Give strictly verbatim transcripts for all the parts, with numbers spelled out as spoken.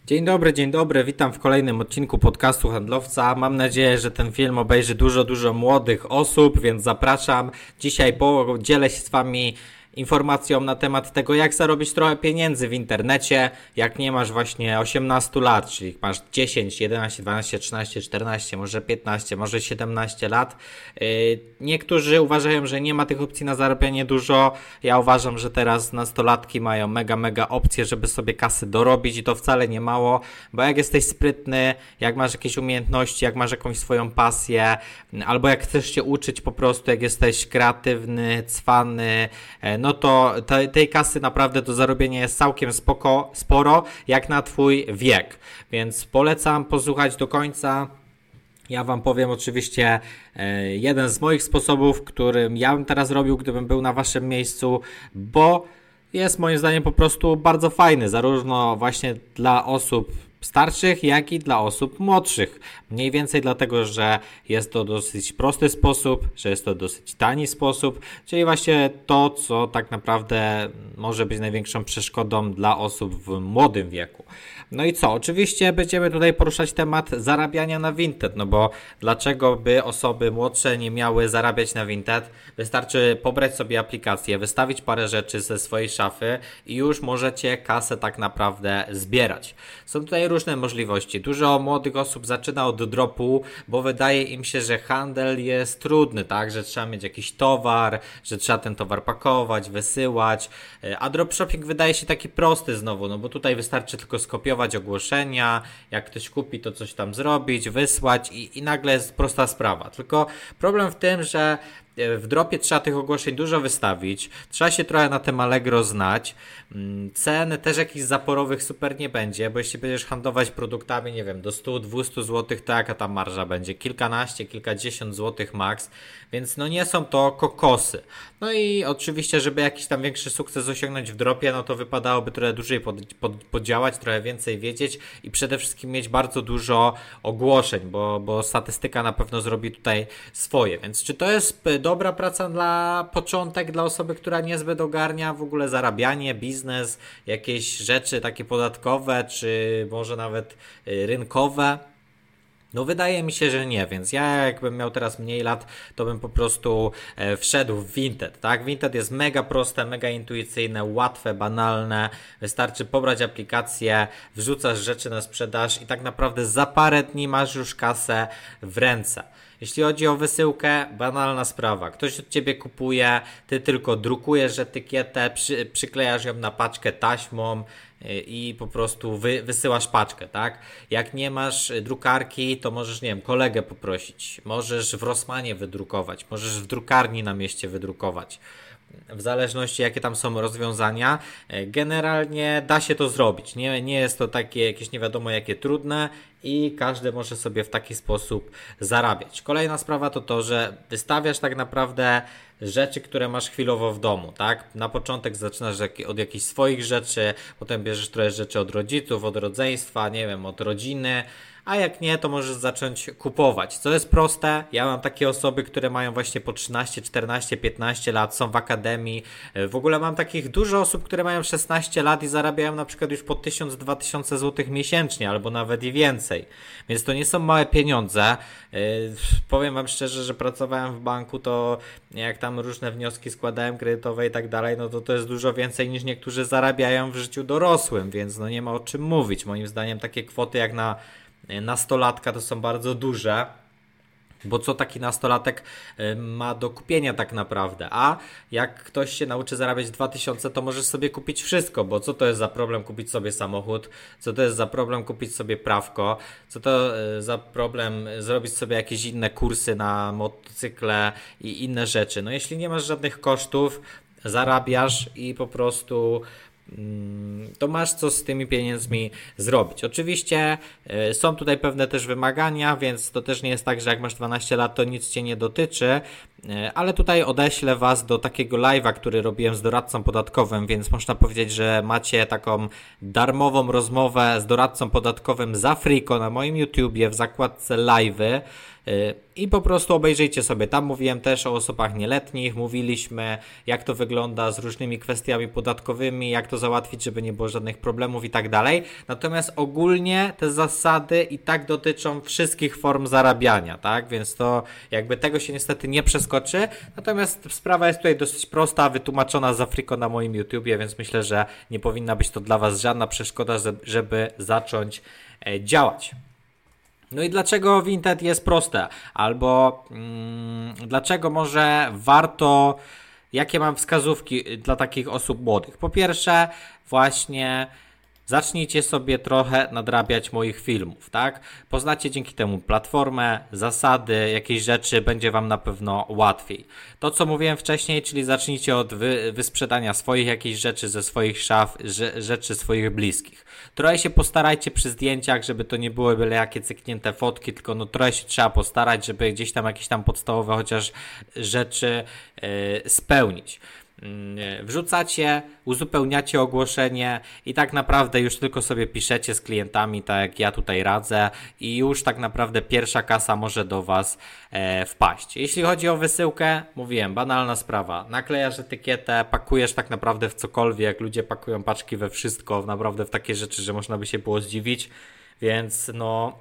Dzień dobry, dzień dobry, witam w kolejnym odcinku podcastu Handlowca. Mam nadzieję, że ten film obejrzy dużo, dużo młodych osób, więc zapraszam. Dzisiaj podzielę się z Wami informacją na temat tego, jak zarobić trochę pieniędzy w internecie, jak nie masz właśnie osiemnastu lat, czyli masz dziesięć, jedenaście, dwanaście, trzynaście, czternaście, może piętnaście, może siedemnaście lat. Niektórzy uważają, że nie ma tych opcji na zarabianie dużo. Ja uważam, że teraz nastolatki mają mega, mega opcje, żeby sobie kasy dorobić i to wcale nie mało, bo jak jesteś sprytny, jak masz jakieś umiejętności, jak masz jakąś swoją pasję, albo jak chcesz się uczyć po prostu, jak jesteś kreatywny, cwany, no to te, tej kasy naprawdę do zarobienia jest całkiem spoko, sporo, jak na Twój wiek. Więc polecam posłuchać do końca. Ja Wam powiem oczywiście e, jeden z moich sposobów, którym ja bym teraz robił, gdybym był na Waszym miejscu, bo jest moim zdaniem po prostu bardzo fajny, zarówno właśnie dla osób starszych, jak i dla osób młodszych. Mniej więcej dlatego, że jest to dosyć prosty sposób, że jest to dosyć tani sposób, czyli właśnie to, co tak naprawdę może być największą przeszkodą dla osób w młodym wieku. No i co? Oczywiście będziemy tutaj poruszać temat zarabiania na Vinted, no bo dlaczego by osoby młodsze nie miały zarabiać na Vinted? Wystarczy pobrać sobie aplikację, wystawić parę rzeczy ze swojej szafy i już możecie kasę tak naprawdę zbierać. Są tutaj różne możliwości. Dużo młodych osób zaczyna od dropu, bo wydaje im się, że handel jest trudny, tak? Że trzeba mieć jakiś towar, że trzeba ten towar pakować, wysyłać, a dropshipping wydaje się taki prosty znowu, no bo tutaj wystarczy tylko skopiować ogłoszenia, jak ktoś kupi, to coś tam zrobić, wysłać i, i nagle jest prosta sprawa. Tylko problem w tym, że w dropie trzeba tych ogłoszeń dużo wystawić, trzeba się trochę na tym Allegro znać, cen też jakichś zaporowych super nie będzie, bo jeśli będziesz handlować produktami, nie wiem, do stu, dwustu złotych, to jaka ta marża będzie? Kilkanaście, kilkadziesiąt złotych max, więc no nie są to kokosy. No i oczywiście, żeby jakiś tam większy sukces osiągnąć w dropie, no to wypadałoby trochę dłużej pod, pod, podziałać, trochę więcej wiedzieć i przede wszystkim mieć bardzo dużo ogłoszeń, bo, bo statystyka na pewno zrobi tutaj swoje, więc czy to jest dobra praca dla początek, dla osoby, która niezbyt ogarnia w ogóle zarabianie, biznes, jakieś rzeczy takie podatkowe, czy może nawet rynkowe? No wydaje mi się, że nie, więc ja jakbym miał teraz mniej lat, to bym po prostu e, wszedł w Vinted, tak? Vinted jest mega proste, mega intuicyjne, łatwe, banalne, wystarczy pobrać aplikację, wrzucasz rzeczy na sprzedaż i tak naprawdę za parę dni masz już kasę w ręce. Jeśli chodzi o wysyłkę, banalna sprawa. Ktoś od Ciebie kupuje, Ty tylko drukujesz etykietę, przy, przyklejasz ją na paczkę taśmą i po prostu wy, wysyłasz paczkę, tak? Jak nie masz drukarki, to możesz, nie wiem, kolegę poprosić. Możesz w Rossmanie wydrukować, możesz w drukarni na mieście wydrukować. W zależności jakie tam są rozwiązania, generalnie da się to zrobić. Nie, nie jest to takie jakieś nie wiadomo jakie trudne i każdy może sobie w taki sposób zarabiać. Kolejna sprawa to to, że wystawiasz tak naprawdę rzeczy, które masz chwilowo w domu, tak? Na początek zaczynasz od jakichś swoich rzeczy, potem bierzesz trochę rzeczy od rodziców, od rodzeństwa, nie wiem, od rodziny, a jak nie, to możesz zacząć kupować. Co jest proste, ja mam takie osoby, które mają właśnie po trzynaście, czternaście, piętnaście lat, są w akademii. W ogóle mam takich dużo osób, które mają szesnaście lat i zarabiają na przykład już po tysiąc, dwa tysiące złotych miesięcznie, albo nawet i więcej. Więc to nie są małe pieniądze. Yy, powiem Wam szczerze, że pracowałem w banku, to jak tam różne wnioski składałem kredytowe i tak dalej, no to to jest dużo więcej niż niektórzy zarabiają w życiu dorosłym, więc no nie ma o czym mówić. Moim zdaniem takie kwoty jak na nastolatka to są bardzo duże, bo co taki nastolatek ma do kupienia tak naprawdę, a jak ktoś się nauczy zarabiać dwa tysiące, to możesz sobie kupić wszystko, bo co to jest za problem kupić sobie samochód, co to jest za problem kupić sobie prawko, co to za problem zrobić sobie jakieś inne kursy na motocykle i inne rzeczy. No jeśli nie masz żadnych kosztów, zarabiasz i po prostu to masz co z tymi pieniędzmi zrobić. Oczywiście y, są tutaj pewne też wymagania, więc to też nie jest tak, że jak masz dwanaście lat, to nic Cię nie dotyczy, Ale tutaj odeślę Was do takiego live'a, który robiłem z doradcą podatkowym, więc można powiedzieć, że macie taką darmową rozmowę z doradcą podatkowym za friko na moim YouTubie w zakładce live'y. I po prostu obejrzyjcie sobie. Tam mówiłem też o osobach nieletnich, mówiliśmy jak to wygląda z różnymi kwestiami podatkowymi, jak to załatwić, żeby nie było żadnych problemów i tak dalej. Natomiast ogólnie te zasady i tak dotyczą wszystkich form zarabiania, tak? Więc to jakby tego się niestety nie przeskoczy. Natomiast sprawa jest tutaj dosyć prosta, wytłumaczona za friko na moim YouTubie, więc myślę, że nie powinna być to dla Was żadna przeszkoda, żeby zacząć działać. No i dlaczego Vinted jest proste? Albo mm, dlaczego może warto, jakie mam wskazówki dla takich osób młodych? Po pierwsze, właśnie zacznijcie sobie trochę nadrabiać moich filmów, tak? Poznacie dzięki temu platformę, zasady, jakieś rzeczy, będzie Wam na pewno łatwiej. To, co mówiłem wcześniej, czyli zacznijcie od wy, wysprzedania swoich jakichś rzeczy ze swoich szaf, rzeczy swoich bliskich. Trochę się postarajcie przy zdjęciach, żeby to nie były byle jakie cyknięte fotki, tylko no trochę się trzeba postarać, żeby gdzieś tam jakieś tam podstawowe chociaż rzeczy yy, spełnić. Wrzucacie, uzupełniacie ogłoszenie i tak naprawdę już tylko sobie piszecie z klientami, tak jak ja tutaj radzę, i już tak naprawdę pierwsza kasa może do Was e, wpaść. Jeśli chodzi o wysyłkę, mówiłem, banalna sprawa, naklejasz etykietę, pakujesz tak naprawdę w cokolwiek, ludzie pakują paczki we wszystko, naprawdę w takie rzeczy, że można by się było zdziwić, więc no...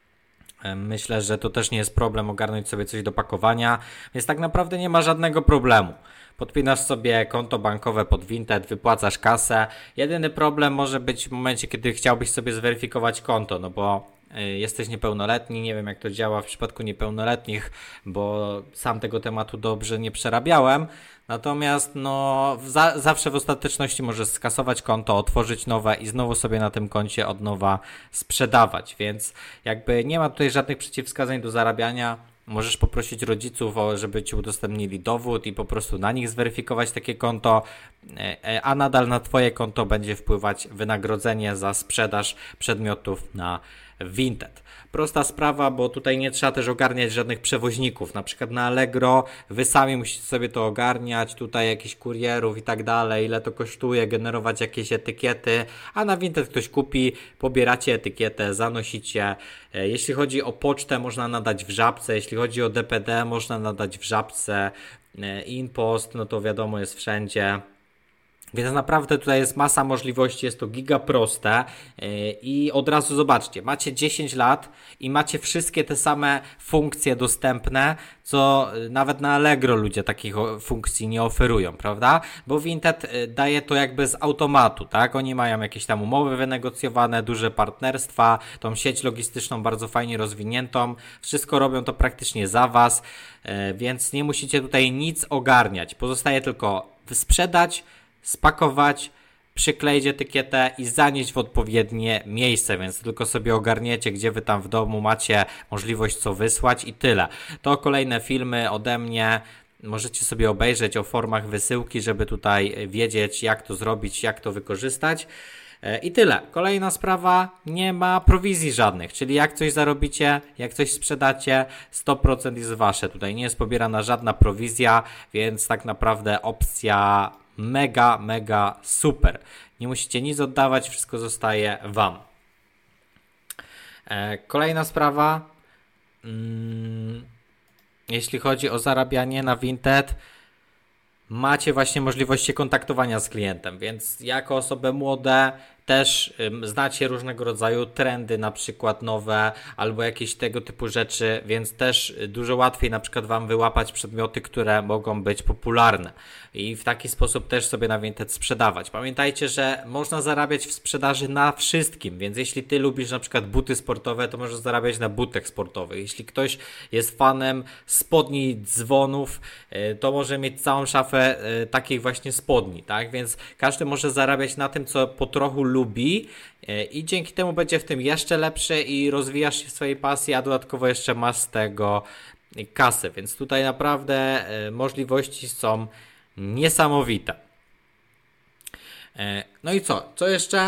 Myślę, że to też nie jest problem ogarnąć sobie coś do pakowania, więc tak naprawdę nie ma żadnego problemu. Podpinasz sobie konto bankowe pod Vinted, wypłacasz kasę. Jedyny problem może być w momencie, kiedy chciałbyś sobie zweryfikować konto, no bo jesteś niepełnoletni, nie wiem jak to działa w przypadku niepełnoletnich, bo sam tego tematu dobrze nie przerabiałem. Natomiast no za, zawsze w ostateczności możesz skasować konto, otworzyć nowe i znowu sobie na tym koncie od nowa sprzedawać, więc jakby nie ma tutaj żadnych przeciwwskazań do zarabiania. Możesz poprosić rodziców, żeby Ci udostępnili dowód i po prostu na nich zweryfikować takie konto, a nadal na Twoje konto będzie wpływać wynagrodzenie za sprzedaż przedmiotów na Vinted. Prosta sprawa, bo tutaj nie trzeba też ogarniać żadnych przewoźników, na przykład na Allegro Wy sami musicie sobie to ogarniać, tutaj jakichś kurierów i tak dalej, ile to kosztuje, generować jakieś etykiety, a na Vinted ktoś kupi, pobieracie etykietę, zanosicie. Jeśli chodzi o pocztę, można nadać w Żabce, jeśli chodzi o D P D, można nadać w Żabce, InPost, no to wiadomo jest wszędzie. Więc naprawdę tutaj jest masa możliwości, jest to giga proste i od razu zobaczcie, macie dziesięć lat i macie wszystkie te same funkcje dostępne, co nawet na Allegro ludzie takich funkcji nie oferują, prawda? Bo Vinted daje to jakby z automatu, tak? Oni mają jakieś tam umowy wynegocjowane, duże partnerstwa, tą sieć logistyczną bardzo fajnie rozwiniętą, wszystko robią to praktycznie za Was, więc nie musicie tutaj nic ogarniać, pozostaje tylko sprzedać, spakować, przykleić etykietę i zanieść w odpowiednie miejsce, więc tylko sobie ogarniecie, gdzie Wy tam w domu macie możliwość co wysłać i tyle. To kolejne filmy ode mnie możecie sobie obejrzeć o formach wysyłki, żeby tutaj wiedzieć, jak to zrobić, jak to wykorzystać. I tyle. Kolejna sprawa, nie ma prowizji żadnych, czyli jak coś zarobicie, jak coś sprzedacie, sto procent jest Wasze. Tutaj nie jest pobierana żadna prowizja, więc tak naprawdę opcja mega, mega super. Nie musicie nic oddawać, wszystko zostaje Wam. Kolejna sprawa, hmm, jeśli chodzi o zarabianie na Vinted, macie właśnie możliwość kontaktowania z klientem, więc jako osoby młode też ym, znacie różnego rodzaju trendy, na przykład nowe albo jakieś tego typu rzeczy, więc też dużo łatwiej na przykład Wam wyłapać przedmioty, które mogą być popularne i w taki sposób też sobie na Vinted sprzedawać. Pamiętajcie, że można zarabiać w sprzedaży na wszystkim, więc jeśli Ty lubisz na przykład buty sportowe, to możesz zarabiać na butach sportowych. Jeśli ktoś jest fanem spodni dzwonów, to może mieć całą szafę takich właśnie spodni, tak? Więc każdy może zarabiać na tym, co po trochu lubi i dzięki temu będzie w tym jeszcze lepszy i rozwijasz się w swojej pasji, a dodatkowo jeszcze masz z tego kasę, więc tutaj naprawdę możliwości są niesamowite. No i co? Co jeszcze?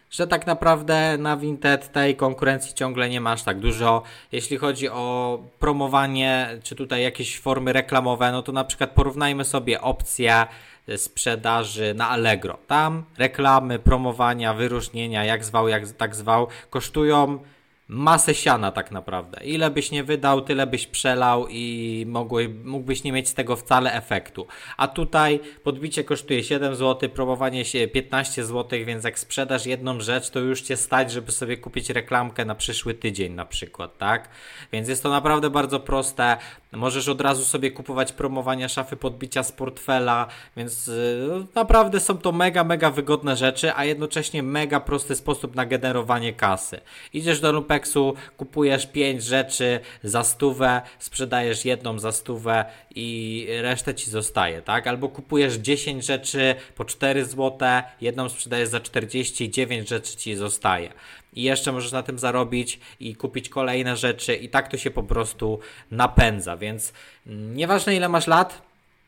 że tak naprawdę na Vinted tej konkurencji ciągle nie masz tak dużo. Jeśli chodzi o promowanie, czy tutaj jakieś formy reklamowe, no to na przykład porównajmy sobie opcje sprzedaży na Allegro. Tam reklamy, promowania, wyróżnienia, jak zwał, jak tak zwał, kosztują masę siana tak naprawdę. Ile byś nie wydał, tyle byś przelał i mogły, mógłbyś nie mieć z tego wcale efektu. A tutaj podbicie kosztuje siedem złotych, promowanie się piętnaście złotych, więc jak sprzedasz jedną rzecz, to już cię stać, żeby sobie kupić reklamkę na przyszły tydzień na przykład, tak? Więc jest to naprawdę bardzo proste. Możesz od razu sobie kupować promowania szafy podbicia z portfela, więc yy, naprawdę są to mega, mega wygodne rzeczy, a jednocześnie mega prosty sposób na generowanie kasy. Idziesz do Lumpeksu, kupujesz pięć rzeczy za stówę, sprzedajesz jedną za stówę i resztę ci zostaje, tak? Albo kupujesz dziesięć rzeczy po cztery złote, jedną sprzedajesz za czterdzieści, dziewięć rzeczy ci zostaje. I jeszcze możesz na tym zarobić i kupić kolejne rzeczy i tak to się po prostu napędza, więc nieważne ile masz lat,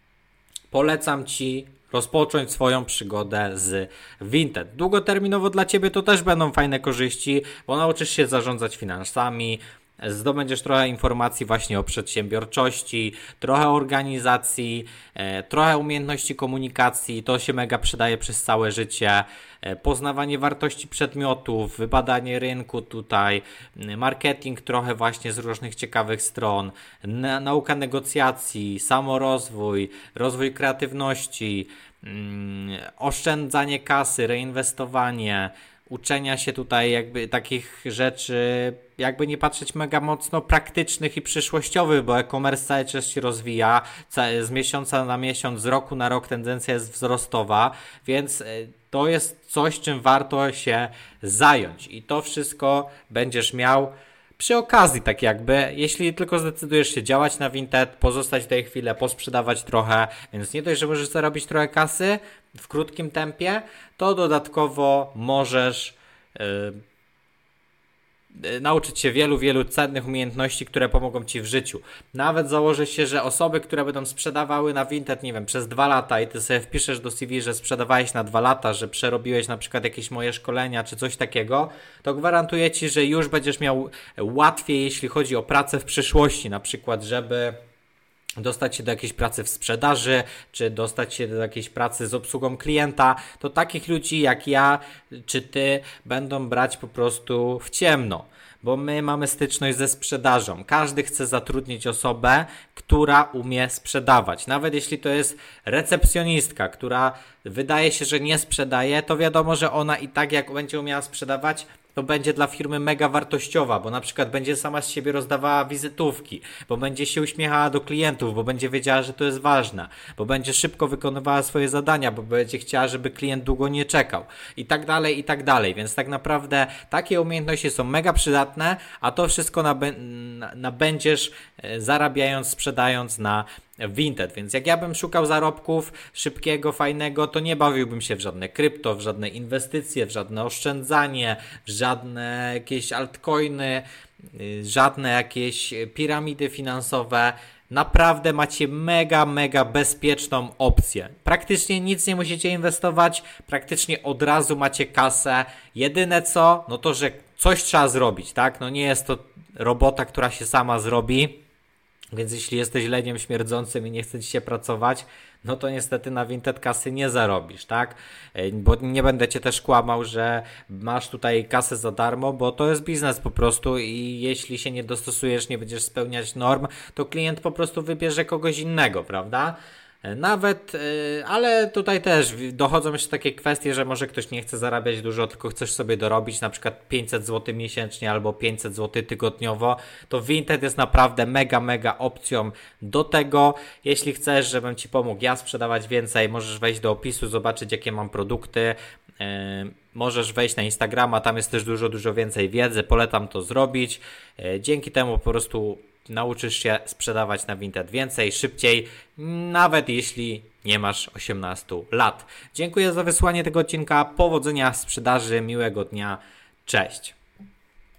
polecam ci rozpocząć swoją przygodę z Vinted. Długoterminowo dla ciebie to też będą fajne korzyści, bo nauczysz się zarządzać finansami, zdobędziesz trochę informacji właśnie o przedsiębiorczości, trochę organizacji, e, trochę umiejętności komunikacji, to się mega przydaje przez całe życie, e, poznawanie wartości przedmiotów, wybadanie rynku tutaj, marketing trochę właśnie z różnych ciekawych stron, na, nauka negocjacji, samorozwój, rozwój kreatywności, mm, oszczędzanie kasy, reinwestowanie, uczenia się tutaj jakby takich rzeczy, jakby nie patrzeć mega mocno praktycznych i przyszłościowych, bo e-commerce cały czas się rozwija, z miesiąca na miesiąc, z roku na rok tendencja jest wzrostowa, więc to jest coś, czym warto się zająć i to wszystko będziesz miał przy okazji, tak jakby, jeśli tylko zdecydujesz się działać na Vinted, pozostać w tej chwili, posprzedawać trochę, więc nie dość, że możesz zarobić trochę kasy w krótkim tempie, to dodatkowo możesz yy, nauczyć się wielu, wielu cennych umiejętności, które pomogą ci w życiu. Nawet założę się, że osoby, które będą sprzedawały na Vinted, nie wiem, przez dwa lata i ty sobie wpiszesz do C V, że sprzedawałeś na dwa lata, że przerobiłeś na przykład jakieś moje szkolenia czy coś takiego, to gwarantuję ci, że już będziesz miał łatwiej, jeśli chodzi o pracę w przyszłości, na przykład, żeby dostać się do jakiejś pracy w sprzedaży, czy dostać się do jakiejś pracy z obsługą klienta, to takich ludzi jak ja, czy ty będą brać po prostu w ciemno, bo my mamy styczność ze sprzedażą. Każdy chce zatrudnić osobę, która umie sprzedawać. Nawet jeśli to jest recepcjonistka, która wydaje się, że nie sprzedaje, to wiadomo, że ona i tak jak będzie umiała sprzedawać, to będzie dla firmy mega wartościowa, bo na przykład będzie sama z siebie rozdawała wizytówki, bo będzie się uśmiechała do klientów, bo będzie wiedziała, że to jest ważne, bo będzie szybko wykonywała swoje zadania, bo będzie chciała, żeby klient długo nie czekał i tak dalej, i tak dalej, więc tak naprawdę takie umiejętności są mega przydatne, a to wszystko nabę- nabędziesz zarabiając, sprzedając na Vinted, więc jak ja bym szukał zarobków szybkiego, fajnego, to nie bawiłbym się w żadne krypto, w żadne inwestycje, w żadne oszczędzanie, w żadne jakieś altcoiny, żadne jakieś piramidy finansowe. Naprawdę macie mega, mega bezpieczną opcję. Praktycznie nic nie musicie inwestować, praktycznie od razu macie kasę. Jedyne co, no to, że coś trzeba zrobić, tak? No nie jest to robota, która się sama zrobi. Więc jeśli jesteś leniem śmierdzącym i nie chce ci się pracować, no to niestety na Vinted kasy nie zarobisz, tak? Bo nie będę cię też kłamał, że masz tutaj kasę za darmo, bo to jest biznes po prostu i jeśli się nie dostosujesz, nie będziesz spełniać norm, to klient po prostu wybierze kogoś innego, prawda? Nawet, ale tutaj też dochodzą jeszcze takie kwestie, że może ktoś nie chce zarabiać dużo, tylko chcesz sobie dorobić na przykład pięćset złotych miesięcznie albo pięćset złotych tygodniowo, to Vinted jest naprawdę mega, mega opcją do tego. Jeśli chcesz, żebym ci pomógł ja sprzedawać więcej, możesz wejść do opisu, zobaczyć jakie mam produkty, yy, możesz wejść na Instagrama, tam jest też dużo, dużo więcej wiedzy, polecam to zrobić. Yy, dzięki temu po prostu nauczysz się sprzedawać na Vinted więcej, szybciej, nawet jeśli nie masz osiemnastu lat. Dziękuję za wysłanie tego odcinka, powodzenia w sprzedaży, miłego dnia, cześć.